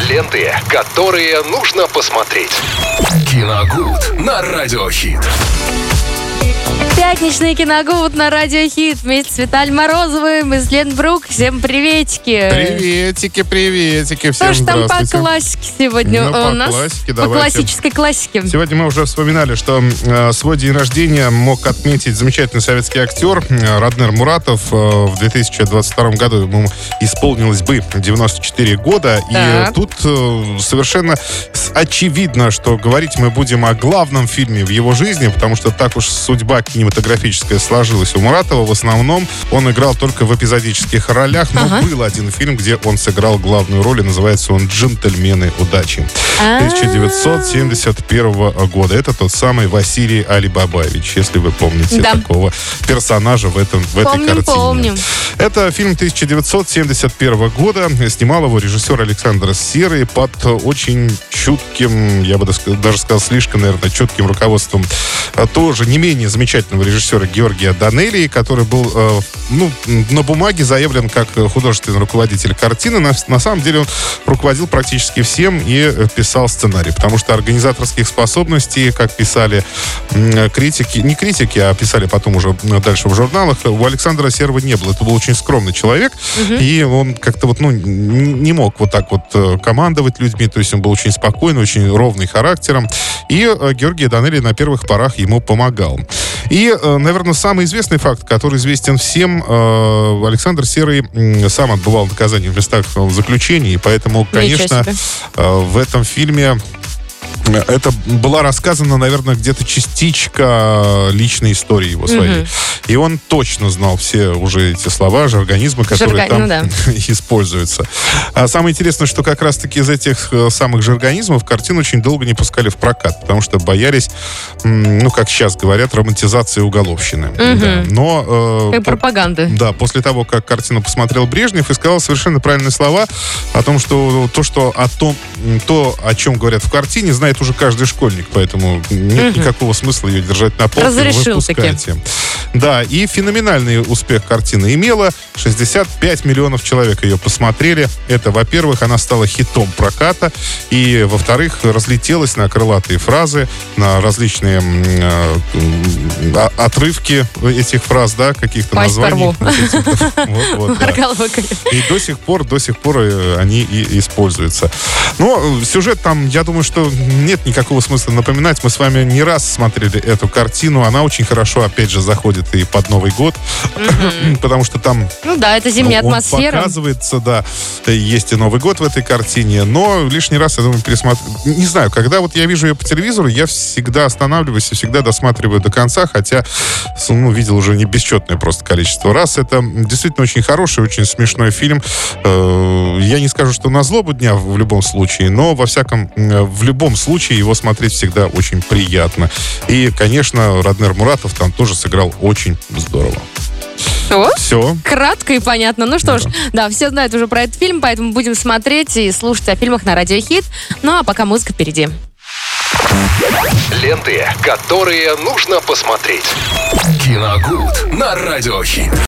Ленты, которые нужно посмотреть. Киногуд на Радиохит. Пятничный киногуд на Радио Хит вместе с Виталием Морозовым из Ленбрук. Всем приветики. Приветики, всем Что ж там по здравствуйте. классике сегодня Ну, у по нас? классике, По давайте. классической классике. Сегодня мы уже вспоминали, что свой день рождения мог отметить замечательный советский актер Раднер Муратов. В 2022 году ему исполнилось бы 94 года. Так. И тут совершенно очевидно, что говорить мы будем о главном фильме в его жизни, потому что так уж судьба кинематографическая сложилась у Муратова. В основном он играл только в эпизодических ролях, но был один фильм, где он сыграл главную роль, и называется он «Джентльмены удачи» 1971 года. Это тот самый Василий Алибабаевич, если вы помните такого персонажа в этой картине. Помним. Это фильм 1971 года. Снимал его режиссер Александр Серый под очень чутким, я бы даже сказал, слишком, наверное, чутким руководством тоже не менее замечательного режиссера Георгия Данелии, который был, на бумаге заявлен как художественный руководитель картины. На самом деле он руководил практически всем и писал сценарий, потому что организаторских способностей, как писали критики, не критики, а писали потом уже дальше в журналах, у Александра Серого не было. Это был очень скромный человек, и он как-то не мог вот так вот командовать людьми, то есть он был очень спокойный, очень ровный характером, и Георгий Данелий на первых порах ему помогал. И, наверное, самый известный факт, который известен всем, Александр Серый сам отбывал наказание в местах заключения, и поэтому, конечно, в этом фильме это была рассказана, наверное, где-то частичка личной истории его своей. И он точно знал все уже эти слова, жаргонизмы, которые там используются. А самое интересное, что как раз-таки из этих самых жаргонизмов картину очень долго не пускали в прокат, потому что боялись, как сейчас говорят, романтизации уголовщины. Да. Но... Как пропаганды. Да, после того, как картину посмотрел Брежнев и сказал совершенно правильные слова о том, что то, о чем говорят в картине, знает уже каждый школьник, поэтому нет никакого смысла ее держать на полке и выпускать. Да, и феноменальный успех картины имела. 65 миллионов человек ее посмотрели. Это, во-первых, она стала хитом проката, и, во-вторых, разлетелась на крылатые фразы, на различные отрывки этих фраз, да, каких-то названий. И до сих пор они и используются. Но сюжет там, я думаю, что нет никакого смысла напоминать. Мы с вами не раз смотрели эту картину. Она очень хорошо, опять же, заходит и под Новый год. Потому что там... это зимняя атмосфера. Показывается, да. Есть и Новый год в этой картине. Но лишний раз, я думаю, пересмотрю. Не знаю, когда вот я вижу ее по телевизору, я всегда останавливаюсь и всегда досматриваю до конца. Хотя, видел уже не бесчетное просто количество раз. Это действительно очень хороший, очень смешной фильм. Я не скажу, что на злобу дня в любом случае, но в любом случае его смотреть всегда очень приятно. И, конечно, Раднер Муратов там тоже сыграл очень здорово. Все. Кратко и понятно. Ну что ж, все знают уже про этот фильм, поэтому будем смотреть и слушать о фильмах на Радио Хит. Ну а пока музыка впереди. Ленты, которые нужно посмотреть. Киногуд на Радиохит.